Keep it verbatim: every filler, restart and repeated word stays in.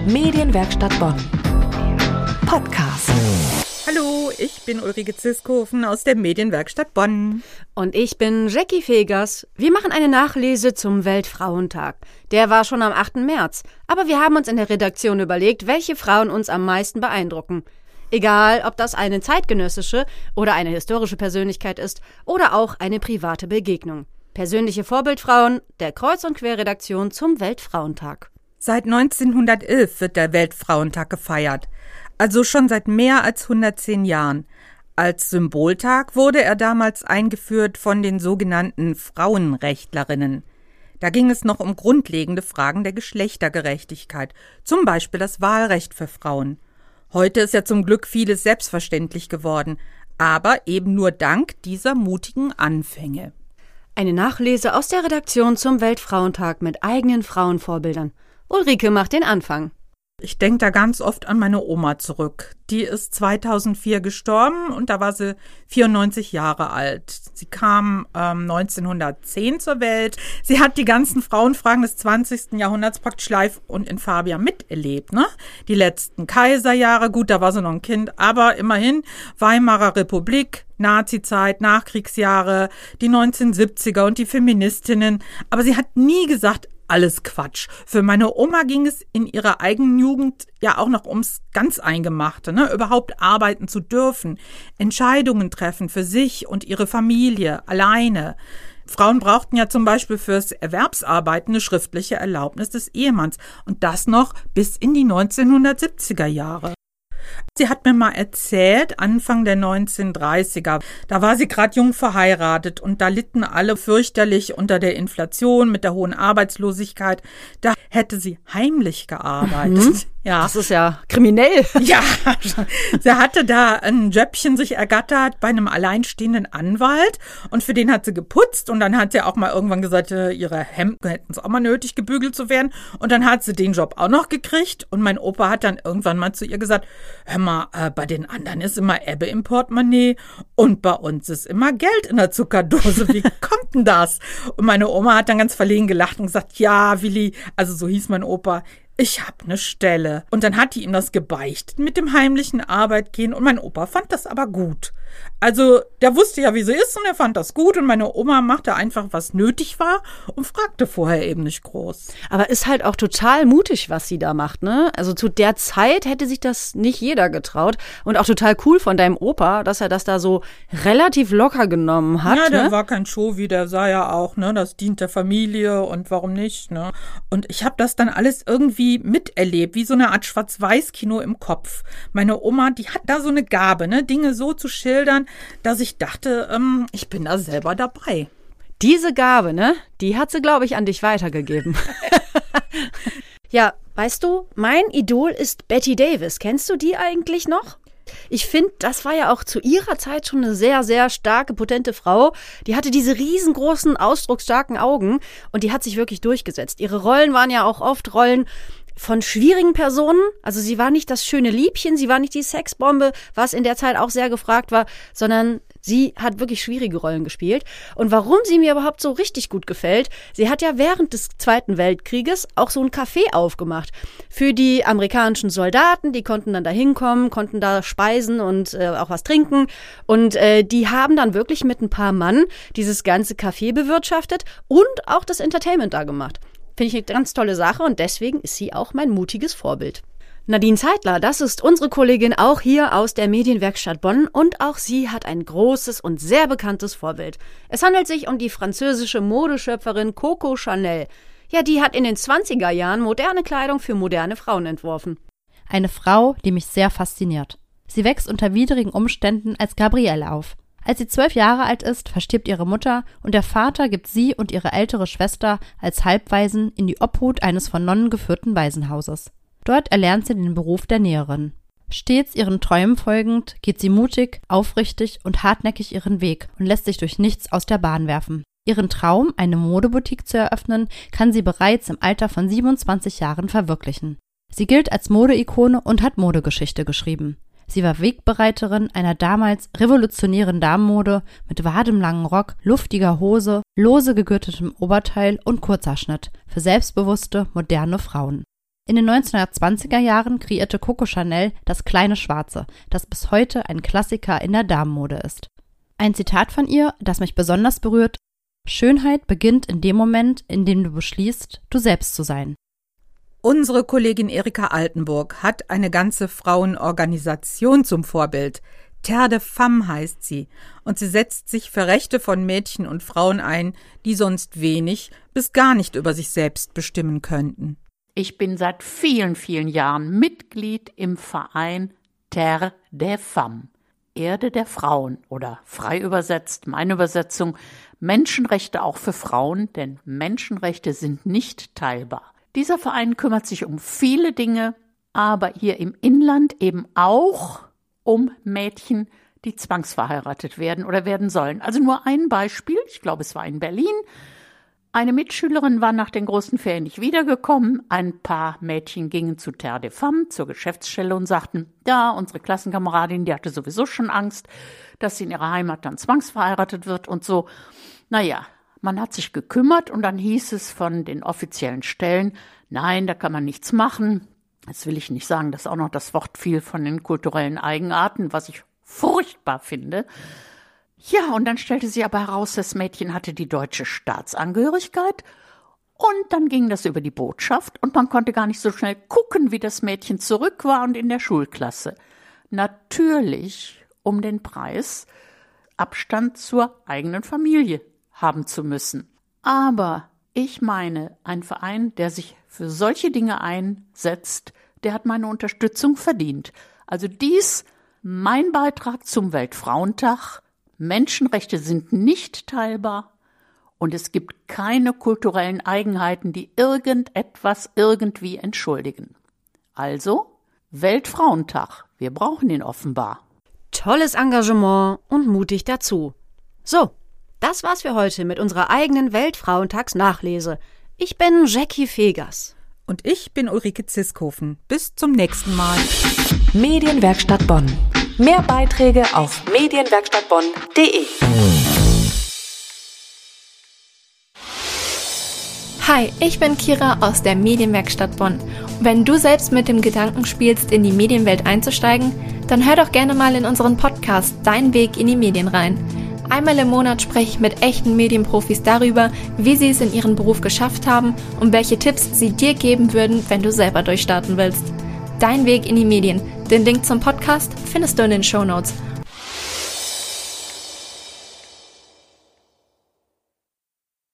Medienwerkstatt Bonn. Podcast. Hallo, ich bin Ulrike Ziskofen aus der Medienwerkstatt Bonn. Und ich bin Jackie Fegers. Wir machen eine Nachlese zum Weltfrauentag. Der war schon am achten März. Aber wir haben uns in der Redaktion überlegt, welche Frauen uns am meisten beeindrucken. Egal, ob das eine zeitgenössische oder eine historische Persönlichkeit ist oder auch eine private Begegnung. Persönliche Vorbildfrauen der Kreuz- und Querredaktion zum Weltfrauentag. Seit neunzehnhundertelf wird der Weltfrauentag gefeiert. Also schon seit mehr als hundertzehn Jahren. Als Symboltag wurde er damals eingeführt von den sogenannten Frauenrechtlerinnen. Da ging es noch um grundlegende Fragen der Geschlechtergerechtigkeit, zum Beispiel das Wahlrecht für Frauen. Heute ist ja zum Glück vieles selbstverständlich geworden, aber eben nur dank dieser mutigen Anfänge. Eine Nachlese aus der Redaktion zum Weltfrauentag mit eigenen Frauenvorbildern. Ulrike macht den Anfang. Ich denke da ganz oft an meine Oma zurück. Die ist zweitausendvier gestorben und da war sie vierundneunzig Jahre alt. Sie kam ähm, neunzehnhundertzehn zur Welt. Sie hat die ganzen Frauenfragen des zwanzigsten Jahrhunderts praktisch live und in Fabia miterlebt, ne? Die letzten Kaiserjahre, gut, da war sie noch ein Kind, aber immerhin Weimarer Republik, Nazizeit, Nachkriegsjahre, die neunzehnhundertsiebziger und die Feministinnen. Aber sie hat nie gesagt, alles Quatsch. Für meine Oma ging es in ihrer eigenen Jugend ja auch noch ums ganz Eingemachte, ne? Überhaupt arbeiten zu dürfen, Entscheidungen treffen für sich und ihre Familie, alleine. Frauen brauchten ja zum Beispiel fürs Erwerbsarbeiten eine schriftliche Erlaubnis des Ehemanns und das noch bis in die neunzehnhundertsiebziger Jahre. Sie hat mir mal erzählt, Anfang der neunzehnhundertdreißiger, da war sie gerade jung verheiratet und da litten alle fürchterlich unter der Inflation mit der hohen Arbeitslosigkeit. Da hätte sie heimlich gearbeitet. Mhm. Ja. Das ist ja kriminell. Ja, sie hatte da ein Jobchen sich ergattert bei einem alleinstehenden Anwalt und für den hat sie geputzt und dann hat sie auch mal irgendwann gesagt, ihre Hemden hätten es auch mal nötig, gebügelt zu werden und dann hat sie den Job auch noch gekriegt und mein Opa hat dann irgendwann mal zu ihr gesagt, hör mal, äh, bei den anderen ist immer Ebbe im Portemonnaie und bei uns ist immer Geld in der Zuckerdose. Wie kommt denn das? Und meine Oma hat dann ganz verlegen gelacht und gesagt, ja, Willi, also so hieß mein Opa, ich hab ne Stelle. Und dann hat die ihm das gebeichtet mit dem heimlichen Arbeitgehen und mein Opa fand das aber gut. Also der wusste ja, wie sie ist und er fand das gut und meine Oma machte einfach, was nötig war und fragte vorher eben nicht groß. Aber ist halt auch total mutig, was sie da macht, ne? Also zu der Zeit hätte sich das nicht jeder getraut und auch total cool von deinem Opa, dass er das da so relativ locker genommen hat. Ja, der ne? war kein Showy, der sah ja auch, ne, das dient der Familie und warum nicht, ne? Und ich habe das dann alles irgendwie miterlebt, wie so eine Art Schwarz-Weiß-Kino im Kopf. Meine Oma, die hat da so eine Gabe, ne, Dinge so zu schildern, dass ich dachte, ähm, ich bin da selber dabei. Diese Gabe, ne, die hat sie, glaube ich, an dich weitergegeben. Ja, weißt du, mein Idol ist Bette Davis. Kennst du die eigentlich noch? Ich finde, das war ja auch zu ihrer Zeit schon eine sehr, sehr starke, potente Frau. Die hatte diese riesengroßen, ausdrucksstarken Augen und die hat sich wirklich durchgesetzt. Ihre Rollen waren ja auch oft Rollen von schwierigen Personen, also sie war nicht das schöne Liebchen, sie war nicht die Sexbombe, was in der Zeit auch sehr gefragt war, sondern sie hat wirklich schwierige Rollen gespielt. Und warum sie mir überhaupt so richtig gut gefällt, sie hat ja während des Zweiten Weltkrieges auch so ein Café aufgemacht für die amerikanischen Soldaten, die konnten dann da hinkommen, konnten da speisen und äh, auch was trinken und äh, die haben dann wirklich mit ein paar Mann dieses ganze Café bewirtschaftet und auch das Entertainment da gemacht. Finde ich eine ganz tolle Sache und deswegen ist sie auch mein mutiges Vorbild. Nadine Zeitler, das ist unsere Kollegin auch hier aus der Medienwerkstatt Bonn und auch sie hat ein großes und sehr bekanntes Vorbild. Es handelt sich um die französische Modeschöpferin Coco Chanel. Ja, die hat in den zwanziger Jahren moderne Kleidung für moderne Frauen entworfen. Eine Frau, die mich sehr fasziniert. Sie wächst unter widrigen Umständen als Gabrielle auf. Als sie zwölf Jahre alt ist, verstirbt ihre Mutter und der Vater gibt sie und ihre ältere Schwester als Halbwaisen in die Obhut eines von Nonnen geführten Waisenhauses. Dort erlernt sie den Beruf der Näherin. Stets ihren Träumen folgend, geht sie mutig, aufrichtig und hartnäckig ihren Weg und lässt sich durch nichts aus der Bahn werfen. Ihren Traum, eine Modeboutique zu eröffnen, kann sie bereits im Alter von siebenundzwanzig Jahren verwirklichen. Sie gilt als Modeikone und hat Modegeschichte geschrieben. Sie war Wegbereiterin einer damals revolutionären Damenmode mit wademlangen Rock, luftiger Hose, lose gegürtetem Oberteil und Kurzhaarschnitt für selbstbewusste, moderne Frauen. In den neunzehnhundertzwanziger Jahren kreierte Coco Chanel das kleine Schwarze, das bis heute ein Klassiker in der Damenmode ist. Ein Zitat von ihr, das mich besonders berührt: Schönheit beginnt in dem Moment, in dem du beschließt, du selbst zu sein. Unsere Kollegin Erika Altenburg hat eine ganze Frauenorganisation zum Vorbild. Terre de Femme heißt sie, und sie setzt sich für Rechte von Mädchen und Frauen ein, die sonst wenig bis gar nicht über sich selbst bestimmen könnten. Ich bin seit vielen, vielen Jahren Mitglied im Verein Terre de Femme, Erde der Frauen oder frei übersetzt, meine Übersetzung, Menschenrechte auch für Frauen, denn Menschenrechte sind nicht teilbar. Dieser Verein kümmert sich um viele Dinge, aber hier im Inland eben auch um Mädchen, die zwangsverheiratet werden oder werden sollen. Also nur ein Beispiel, ich glaube, es war in Berlin. Eine Mitschülerin war nach den großen Ferien nicht wiedergekommen. Ein paar Mädchen gingen zu Terre de Femme, zur Geschäftsstelle, und sagten, ja, unsere Klassenkameradin, die hatte sowieso schon Angst, dass sie in ihrer Heimat dann zwangsverheiratet wird und so. Naja, man hat sich gekümmert und dann hieß es von den offiziellen Stellen, nein, da kann man nichts machen. Jetzt will ich nicht sagen, dass auch noch das Wort fiel von den kulturellen Eigenarten, was ich furchtbar finde. Ja, und dann stellte sie aber heraus, das Mädchen hatte die deutsche Staatsangehörigkeit und dann ging das über die Botschaft und man konnte gar nicht so schnell gucken, wie das Mädchen zurück war und in der Schulklasse. Natürlich um den Preis Abstand zur eigenen Familie haben zu müssen. Aber ich meine, ein Verein, der sich für solche Dinge einsetzt, der hat meine Unterstützung verdient. Also dies, mein Beitrag zum Weltfrauentag. Menschenrechte sind nicht teilbar und es gibt keine kulturellen Eigenheiten, die irgendetwas irgendwie entschuldigen. Also, Weltfrauentag, wir brauchen ihn offenbar. Tolles Engagement und mutig dazu. So, das war's für heute mit unserer eigenen Weltfrauentags-Nachlese. Ich bin Jackie Fegers. Und ich bin Ulrike Ziskofen. Bis zum nächsten Mal. Medienwerkstatt Bonn. Mehr Beiträge auf medienwerkstattbonn punkt de. Hi, ich bin Kira aus der Medienwerkstatt Bonn. Wenn du selbst mit dem Gedanken spielst, in die Medienwelt einzusteigen, dann hör doch gerne mal in unseren Podcast Dein Weg in die Medien rein. Einmal im Monat spreche ich mit echten Medienprofis darüber, wie sie es in ihrem Beruf geschafft haben und welche Tipps sie dir geben würden, wenn du selber durchstarten willst. Dein Weg in die Medien. Den Link zum Podcast findest du in den Shownotes.